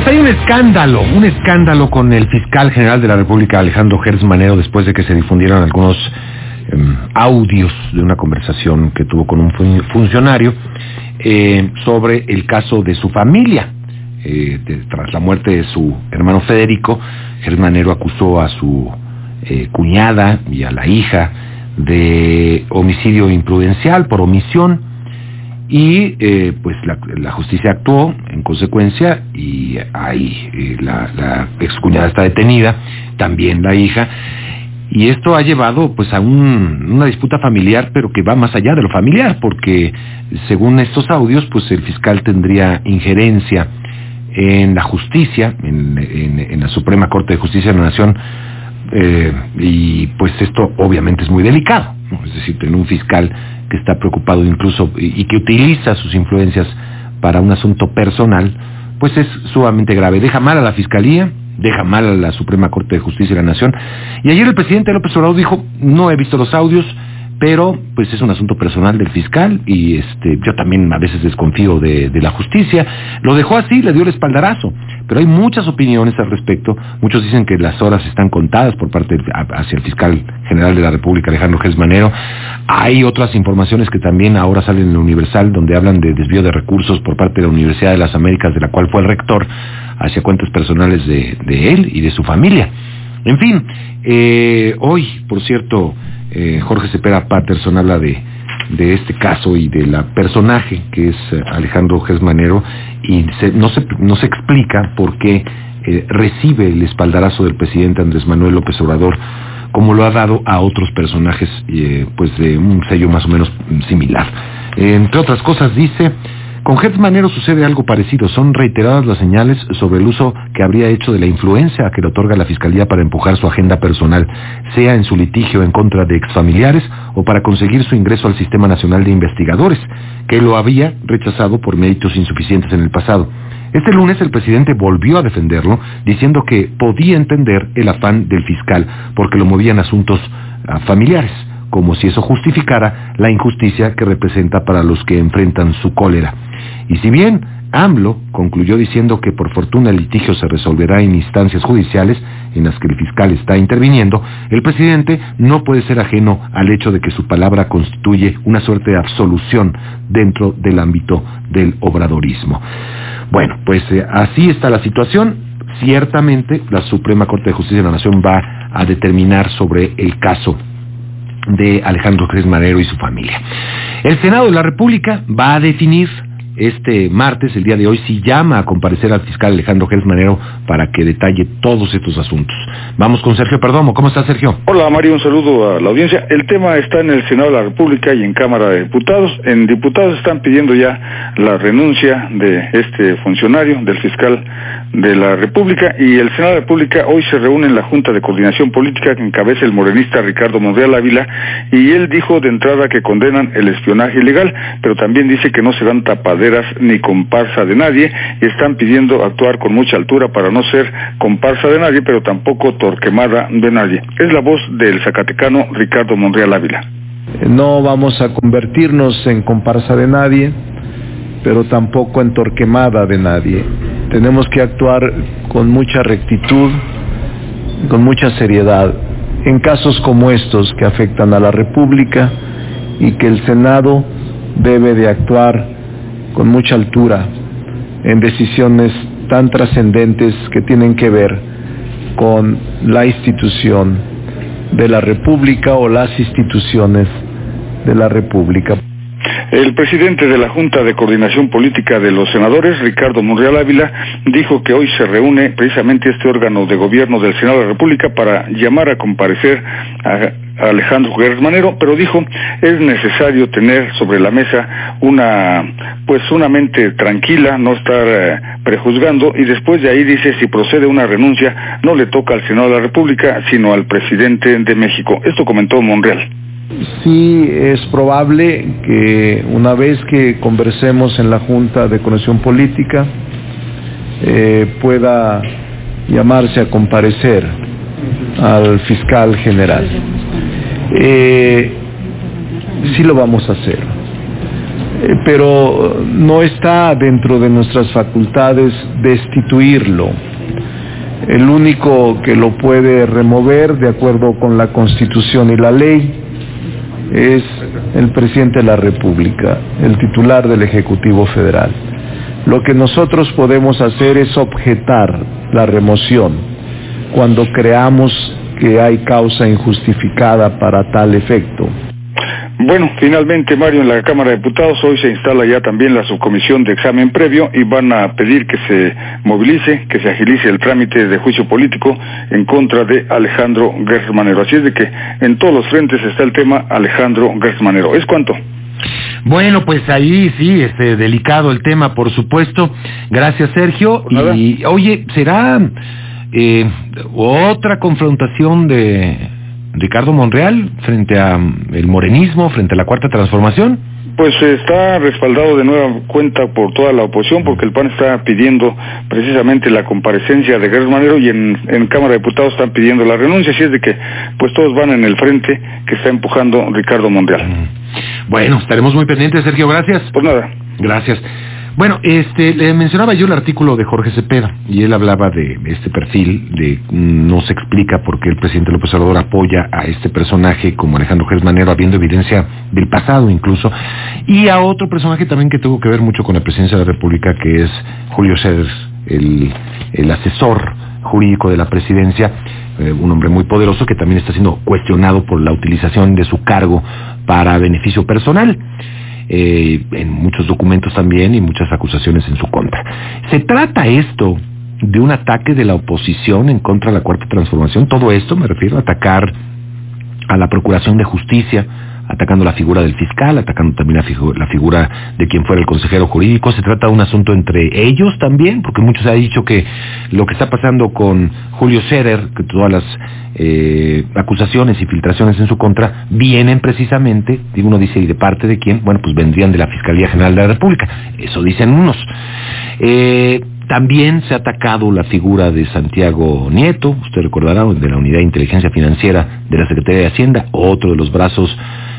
hay un escándalo con el fiscal general de la República, Alejandro Gertz Manero, después de que se difundieron algunos audios de una conversación que tuvo con un funcionario sobre el caso de su familia. Tras la muerte de su hermano Federico, Gertz Manero acusó a su cuñada y a la hija de homicidio imprudencial por omisión, y pues la justicia actuó en consecuencia, y ahí la excuñada está detenida, también la hija, y esto ha llevado pues a una disputa familiar, pero que va más allá de lo familiar, porque según estos audios pues el fiscal tendría injerencia en la justicia, en la Suprema Corte de Justicia de la Nación, y pues esto obviamente es muy delicado, ¿no? Es decir, tener un fiscal que está preocupado incluso y que utiliza sus influencias para un asunto personal, pues es sumamente grave. Deja mal a la Fiscalía, deja mal a la Suprema Corte de Justicia de la Nación. Y ayer el presidente López Obrador dijo: no he visto los audios, pero pues es un asunto personal del fiscal, y yo también a veces desconfío de la justicia. Lo dejó así, le dio el espaldarazo, pero hay muchas opiniones al respecto. Muchos dicen que las horas están contadas por parte hacia el fiscal general de la República, Alejandro Gertz Manero. Hay otras informaciones que también ahora salen en el Universal, donde hablan de desvío de recursos por parte de la Universidad de las Américas, de la cual fue el rector, hacia cuentas personales de él y de su familia. En fin, hoy, por cierto, Jorge Cepeda Patterson habla de este caso y de la personaje que es Alejandro Gertz Manero, y no se explica por qué recibe el espaldarazo del presidente Andrés Manuel López Obrador, como lo ha dado a otros personajes pues de un sello más o menos similar. Entre otras cosas dice: con Gertz Manero sucede algo parecido. Son reiteradas las señales sobre el uso que habría hecho de la influencia que le otorga la Fiscalía para empujar su agenda personal, sea en su litigio en contra de exfamiliares o para conseguir su ingreso al Sistema Nacional de Investigadores, que lo había rechazado por méritos insuficientes en el pasado. Este lunes el presidente volvió a defenderlo, diciendo que podía entender el afán del fiscal porque lo movían asuntos familiares, como si eso justificara la injusticia que representa para los que enfrentan su cólera. Y si bien AMLO concluyó diciendo que por fortuna el litigio se resolverá en instancias judiciales en las que el fiscal está interviniendo, el presidente no puede ser ajeno al hecho de que su palabra constituye una suerte de absolución dentro del ámbito del obradorismo. Bueno, pues así está la situación. Ciertamente la Suprema Corte de Justicia de la Nación va a determinar sobre el caso de Alejandro Gertz Manero y su familia. El Senado de la República va a definir este martes, el día de hoy, si llama a comparecer al fiscal Alejandro Gertz Manero para que detalle todos estos asuntos. Vamos con Sergio Perdomo. ¿Cómo estás, Sergio? Hola, Mario, un saludo a la audiencia. El tema está en el Senado de la República y en Cámara de Diputados. En diputados están pidiendo ya la renuncia de este funcionario, del fiscal de la República, y el Senado de la República hoy se reúne en la Junta de Coordinación Política que encabeza el morenista Ricardo Monreal Ávila, y él dijo de entrada que condenan el espionaje ilegal, pero también dice que no serán tapaderas ni comparsa de nadie, y están pidiendo actuar con mucha altura para no ser comparsa de nadie, pero tampoco torquemada de nadie. Es la voz del zacatecano Ricardo Monreal Ávila. No vamos a convertirnos en comparsa de nadie, pero tampoco en torquemada de nadie. Tenemos que actuar con mucha rectitud, con mucha seriedad, en casos como estos que afectan a la República, y que el Senado debe de actuar con mucha altura en decisiones tan trascendentes que tienen que ver con la institución de la República o las instituciones de la República. El presidente de la Junta de Coordinación Política de los Senadores, Ricardo Monreal Ávila, dijo que hoy se reúne precisamente este órgano de gobierno del Senado de la República para llamar a comparecer a Alejandro Gertz Manero, pero dijo es necesario tener sobre la mesa una mente tranquila, no estar prejuzgando, y después de ahí dice si procede una renuncia no le toca al Senado de la República sino al presidente de México. Esto comentó Monreal. Sí, es probable que una vez que conversemos en la Junta de Coordinación Política pueda llamarse a comparecer al fiscal general. Sí lo vamos a hacer. pero no está dentro de nuestras facultades destituirlo. El único que lo puede remover, de acuerdo con la Constitución y la ley, es el presidente de la República, el titular del Ejecutivo Federal. Lo que nosotros podemos hacer es objetar la remoción cuando creamos que hay causa injustificada para tal efecto. Bueno, finalmente, Mario, en la Cámara de Diputados hoy se instala ya también la subcomisión de examen previo y van a pedir que se movilice, que se agilice el trámite de juicio político en contra de Alejandro Gertz Manero. Así es de que en todos los frentes está el tema Alejandro Gertz Manero. ¿Es cuánto? Bueno, pues ahí sí, delicado el tema, por supuesto. Gracias, Sergio. Y oye, ¿será otra confrontación de Ricardo Monreal frente a el morenismo, frente a la Cuarta Transformación? Pues está respaldado de nueva cuenta por toda la oposición, porque el PAN está pidiendo precisamente la comparecencia de Gertz Manero y en Cámara de Diputados están pidiendo la renuncia, así es de que pues todos van en el frente que está empujando Ricardo Monreal. Bueno, estaremos muy pendientes, Sergio, gracias. Pues nada. Gracias. Bueno, le mencionaba yo el artículo de Jorge Cepeda, y él hablaba de este perfil, de no se explica por qué el presidente López Obrador apoya a este personaje como Alejandro Gertz Manero, habiendo evidencia del pasado incluso, y a otro personaje también que tuvo que ver mucho con la presidencia de la República, que es Julio Scherer, el asesor jurídico de la presidencia, un hombre muy poderoso que también está siendo cuestionado por la utilización de su cargo para beneficio personal. En muchos documentos también y muchas acusaciones en su contra. ¿Se trata esto de un ataque de la oposición en contra de la Cuarta Transformación? Todo esto, me refiero a atacar a la Procuración de Justicia, atacando la figura del fiscal, atacando también la figura de quien fuera el consejero jurídico. ¿Se trata de un asunto entre ellos también? Porque muchos han dicho que lo que está pasando con Julio Scherer, que todas las acusaciones y filtraciones en su contra vienen precisamente, uno dice, ¿y de parte de quién? Bueno, pues vendrían de la Fiscalía General de la República. Eso dicen unos. También se ha atacado la figura de Santiago Nieto, usted recordará, de la Unidad de Inteligencia Financiera de la Secretaría de Hacienda, otro de los brazos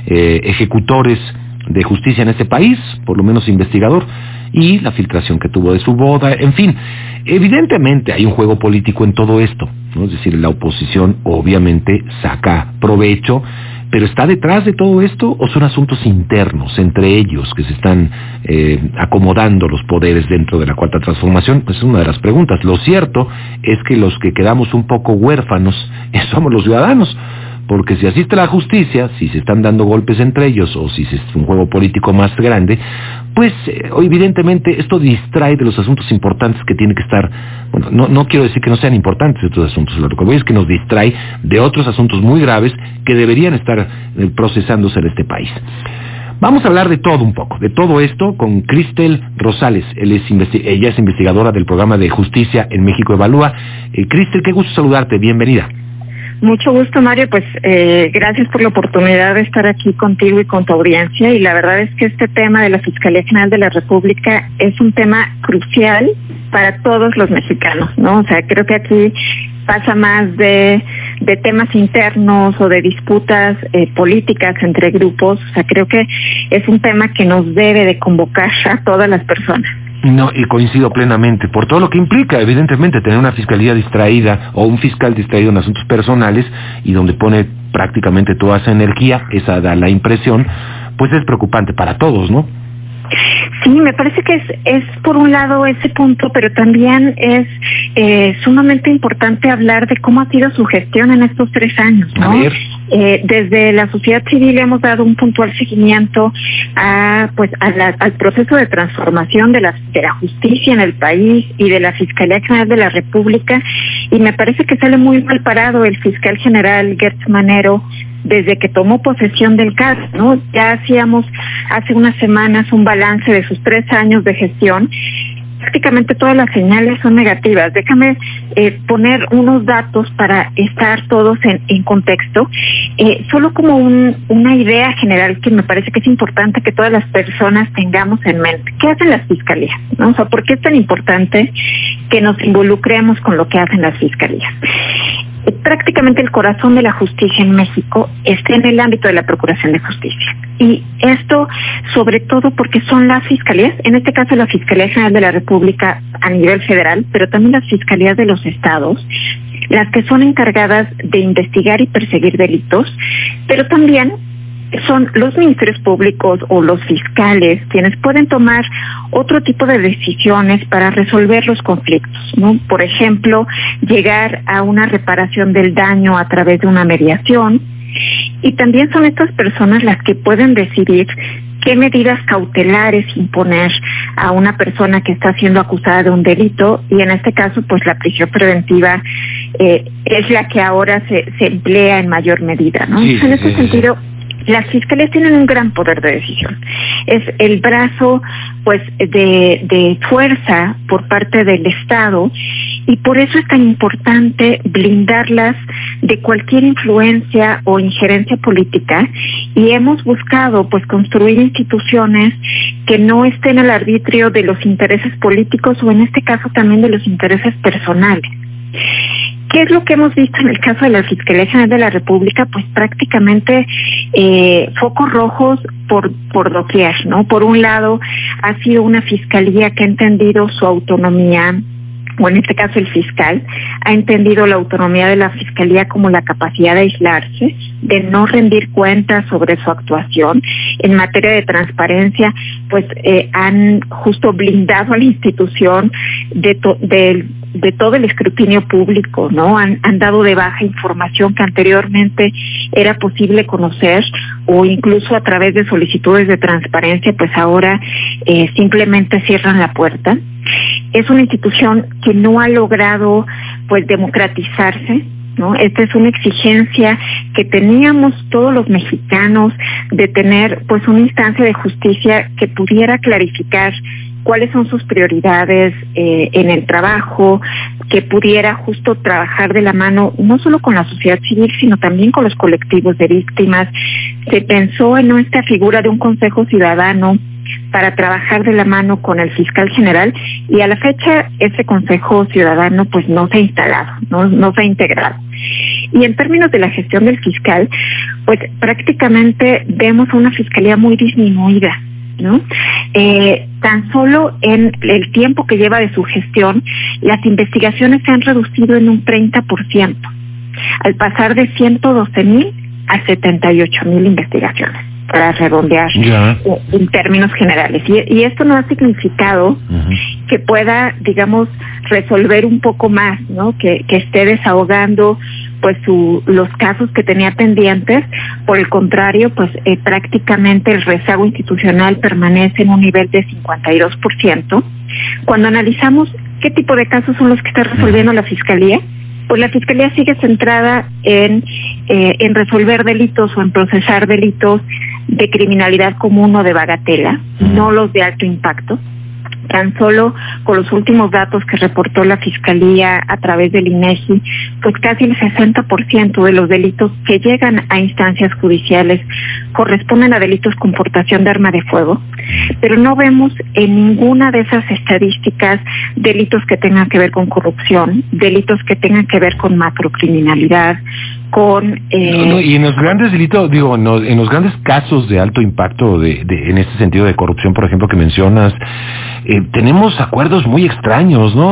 ejecutores de justicia en este país, por lo menos investigador, y la filtración que tuvo de su boda, en fin. Evidentemente hay un juego político en todo esto, ¿no? Es decir, la oposición obviamente saca provecho, pero ¿está detrás de todo esto o son asuntos internos entre ellos que se están acomodando los poderes dentro de la Cuarta Transformación? Pues es una de las preguntas. Lo cierto es que los que quedamos un poco huérfanos somos los ciudadanos, porque si asiste la justicia, si se están dando golpes entre ellos o si es un juego político más grande, pues evidentemente esto distrae de los asuntos importantes que tienen que estar. Bueno, no quiero decir que no sean importantes estos asuntos, lo que voy es que nos distrae de otros asuntos muy graves que deberían estar procesándose en este país. Vamos a hablar de todo un poco, de todo esto con Cristel Rosales. Ella es investigadora del programa de Justicia en México Evalúa. Cristel, qué gusto saludarte, bienvenida. Mucho gusto, Mario, pues gracias por la oportunidad de estar aquí contigo y con tu audiencia, y la verdad es que este tema de la Fiscalía General de la República es un tema crucial para todos los mexicanos, ¿no? O sea, creo que aquí pasa más de temas internos o de disputas políticas entre grupos. O sea, creo que es un tema que nos debe de convocar a todas las personas. No, y coincido plenamente, por todo lo que implica, evidentemente, tener una fiscalía distraída o un fiscal distraído en asuntos personales y donde pone prácticamente toda esa energía, esa da la impresión, pues es preocupante para todos, ¿no? Sí, me parece que es por un lado ese punto, pero también es sumamente importante hablar de cómo ha sido su gestión en estos 3 años, ¿no? A ver. Desde la sociedad civil hemos dado un puntual seguimiento al proceso de transformación de la justicia en el país y de la Fiscalía General de la República, y me parece que sale muy mal parado el fiscal general Gertz Manero desde que tomó posesión del cargo, ¿no? Ya hacíamos hace unas semanas un balance de sus 3 años de gestión. Prácticamente todas las señales son negativas. Déjame poner unos datos para estar todos en contexto, solo como una idea general que me parece que es importante que todas las personas tengamos en mente. ¿Qué hacen las fiscalías, ¿no? O sea, ¿por qué es tan importante que nos involucremos con lo que hacen las fiscalías? prácticamente el corazón de la justicia en México está en el ámbito de la Procuración de Justicia. Y esto sobre todo porque son las fiscalías, en este caso la Fiscalía General de la República a nivel federal, pero también las fiscalías de los estados, las que son encargadas de investigar y perseguir delitos, pero también son los ministerios públicos o los fiscales quienes pueden tomar otro tipo de decisiones para resolver los conflictos, ¿no? Por ejemplo, llegar a una reparación del daño a través de una mediación, y también son estas personas las que pueden decidir qué medidas cautelares imponer a una persona que está siendo acusada de un delito, y en este caso pues la prisión preventiva es la que ahora se emplea en mayor medida, ¿no? Sí, en ese sentido, las fiscalías tienen un gran poder de decisión. Es el brazo, pues, de fuerza por parte del Estado, y por eso es tan importante blindarlas de cualquier influencia o injerencia política, y hemos buscado, pues, construir instituciones que no estén al arbitrio de los intereses políticos o, en este caso, también de los intereses personales. ¿Qué es lo que hemos visto en el caso de la Fiscalía General de la República? Pues prácticamente focos rojos por doquier, ¿no? Por un lado, ha sido una fiscalía que ha entendido su autonomía, o en este caso el fiscal, ha entendido la autonomía de la fiscalía como la capacidad de aislarse, de no rendir cuentas sobre su actuación. En materia de transparencia, pues han justo blindado a la institución de todo el escrutinio público, ¿no? Han dado de baja información que anteriormente era posible conocer, o incluso a través de solicitudes de transparencia, pues ahora simplemente cierran la puerta. Es una institución que no ha logrado, pues, democratizarse, ¿no? Esta es una exigencia que teníamos todos los mexicanos, de tener, pues, una instancia de justicia que pudiera clarificar cuáles son sus prioridades en el trabajo, que pudiera justo trabajar de la mano no solo con la sociedad civil, sino también con los colectivos de víctimas. Se pensó en esta figura de un consejo ciudadano para trabajar de la mano con el fiscal general, y a la fecha ese consejo ciudadano pues no se ha instalado, no se ha integrado. Y en términos de la gestión del fiscal, pues prácticamente vemos a una fiscalía muy disminuida, ¿no? Tan solo en el tiempo que lleva de su gestión, las investigaciones se han reducido en un 30%, al pasar de 112,000 a 78,000 investigaciones, para redondear en términos generales. Y esto no ha significado que pueda, digamos, resolver un poco más, ¿no? Que esté desahogando pues los casos que tenía pendientes. Por el contrario, pues prácticamente el rezago institucional permanece en un nivel de 52%. Cuando analizamos qué tipo de casos son los que está resolviendo la Fiscalía, pues la Fiscalía sigue centrada en resolver delitos o en procesar delitos de criminalidad común o de bagatela, no los de alto impacto. Tan solo con los últimos datos que reportó la Fiscalía a través del INEGI, pues casi el 60% de los delitos que llegan a instancias judiciales corresponden a delitos con portación de arma de fuego, pero no vemos en ninguna de esas estadísticas delitos que tengan que ver con corrupción, delitos que tengan que ver con macrocriminalidad, con y en los grandes delitos, en los grandes casos de alto impacto en este sentido de corrupción, por ejemplo, que mencionas, tenemos acuerdos muy extraños, ¿no?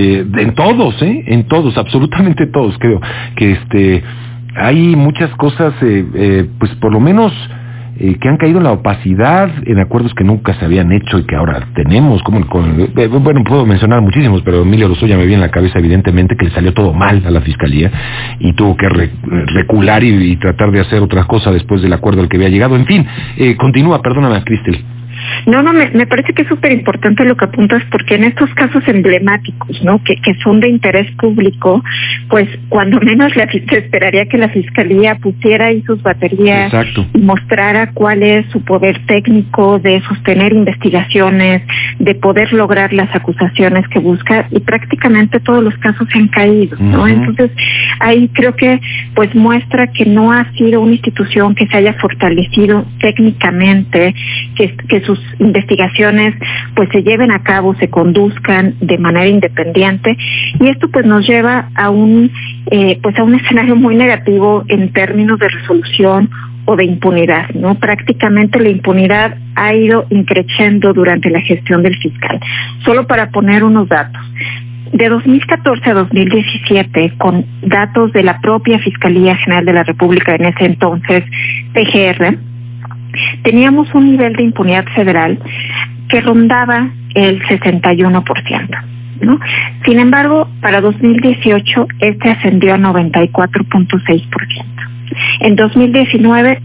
En todos, absolutamente todos, creo que hay muchas cosas, pues por lo menos que han caído en la opacidad, en acuerdos que nunca se habían hecho y que ahora tenemos, como bueno, puedo mencionar muchísimos, pero Emilio Lozoya me viene en la cabeza, evidentemente, que le salió todo mal a la Fiscalía y tuvo que recular y tratar de hacer otras cosas después del acuerdo al que había llegado. En fin, continúa, perdóname, Cristel. No, me parece que es súper importante lo que apuntas, porque en estos casos emblemáticos, ¿no? Que son de interés público, pues cuando menos se esperaría que la Fiscalía pusiera ahí sus baterías. Exacto. Y mostrara cuál es su poder técnico de sostener investigaciones, de poder lograr las acusaciones que busca, y prácticamente todos los casos se han caído, ¿no? Entonces, ahí creo que pues muestra que no ha sido una institución que se haya fortalecido técnicamente, que sus investigaciones pues se lleven a cabo, se conduzcan de manera independiente, y esto pues nos lleva a un escenario muy negativo en términos de resolución o de impunidad, ¿no? Prácticamente la impunidad ha ido increciendo durante la gestión del fiscal. Solo para poner unos datos. De 2014 a 2017, con datos de la propia Fiscalía General de la República, en ese entonces PGR, teníamos un nivel de impunidad federal que rondaba el 61%, ¿no? Sin embargo, para 2018, este ascendió a 94.6%. En 2019,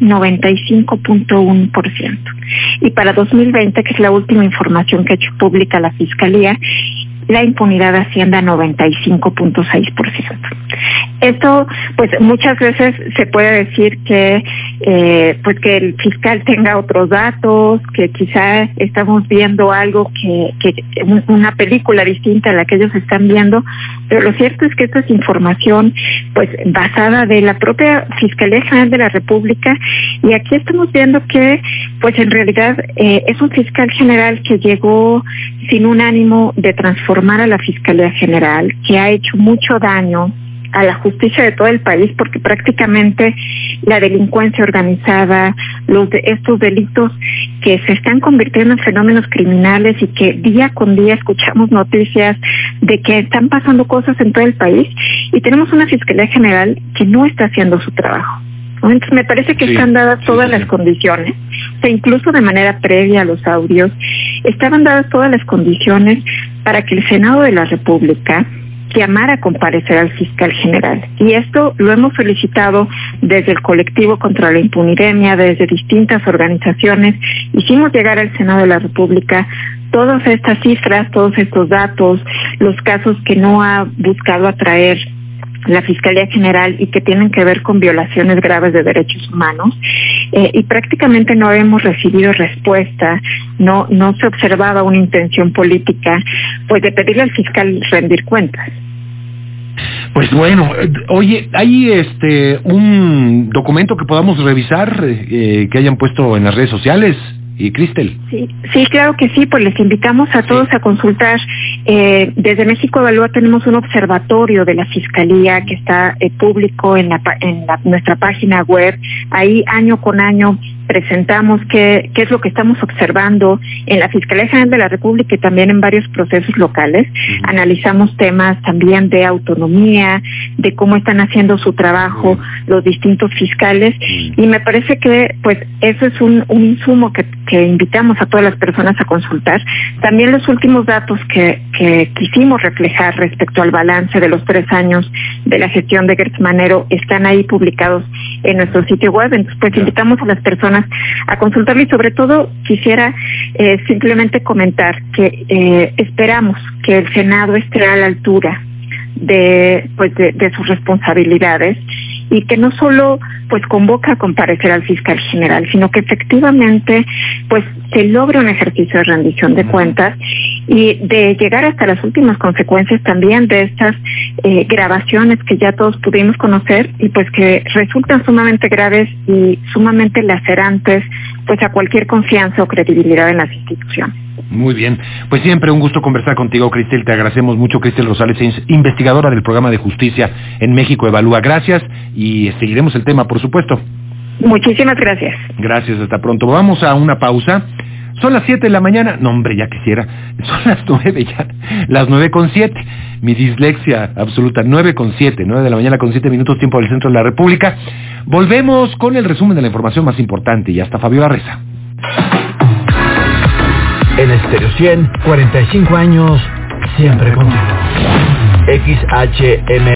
95.1%. Y para 2020, que es la última información que ha hecho pública la Fiscalía, la impunidad asciende a 95.6%. Esto, pues muchas veces se puede decir que que el fiscal tenga otros datos, que quizá estamos viendo algo que una película distinta a la que ellos están viendo, pero lo cierto es que esta es información pues basada de la propia Fiscalía General de la República, y aquí estamos viendo que pues en realidad es un fiscal general que llegó sin un ánimo de transformar a la Fiscalía General, que ha hecho mucho daño a la justicia de todo el país, porque prácticamente la delincuencia organizada, estos delitos que se están convirtiendo en fenómenos criminales y que día con día escuchamos noticias de que están pasando cosas en todo el país, y tenemos una Fiscalía General que no está haciendo su trabajo. Entonces me parece que están dadas todas las condiciones, o sea, incluso de manera previa a los audios, estaban dadas todas las condiciones para que el Senado de la República llamara a comparecer al fiscal general. Y esto lo hemos solicitado desde el colectivo contra la impunidemia, desde distintas organizaciones. Hicimos llegar al Senado de la República todas estas cifras, todos estos datos, los casos que no ha buscado atraer la Fiscalía General y que tienen que ver con violaciones graves de derechos humanos, y prácticamente no hemos recibido respuesta, no se observaba una intención política pues de pedirle al fiscal rendir cuentas. Pues bueno, oye, ¿hay un documento que podamos revisar que hayan puesto en las redes sociales? ¿Y Cristel? Sí, claro que sí, pues les invitamos a todos a consultar. Desde México Evalúa tenemos un observatorio de la Fiscalía que está público en nuestra página web. Ahí año con año presentamos qué es lo que estamos observando en la Fiscalía General de la República y también en varios procesos locales. Analizamos temas también de autonomía, de cómo están haciendo su trabajo los distintos fiscales, y me parece que pues eso es un insumo que invitamos a todas las personas a consultar. También los últimos datos que quisimos reflejar respecto al balance de los 3 años de la gestión de Gertz Manero están ahí publicados en nuestro sitio web. Entonces pues invitamos a las personas a consultarlo, y sobre todo quisiera simplemente comentar que esperamos que el Senado esté a la altura de sus responsabilidades, y que no solo pues convoca a comparecer al fiscal general, sino que efectivamente pues se logre un ejercicio de rendición de cuentas y de llegar hasta las últimas consecuencias también de estas grabaciones que ya todos pudimos conocer, y pues que resultan sumamente graves y sumamente lacerantes pues a cualquier confianza o credibilidad en las instituciones. Muy bien, pues siempre un gusto conversar contigo, Cristel. Te agradecemos mucho. Cristel Rosales, investigadora del programa de justicia en México Evalúa. Gracias, y seguiremos el tema, por supuesto. Muchísimas gracias. Gracias, hasta pronto. Vamos a una pausa. Son las 7 de la mañana. No, hombre, ya quisiera. Son las 9 ya. Las 9:07. Mi dislexia absoluta. 9:07. 9 de la mañana con 7 minutos, tiempo del centro de la República. Volvemos con el resumen de la información más importante. Y hasta Fabio Arreza. En Estéreo 100, 45 años, siempre contigo. XHM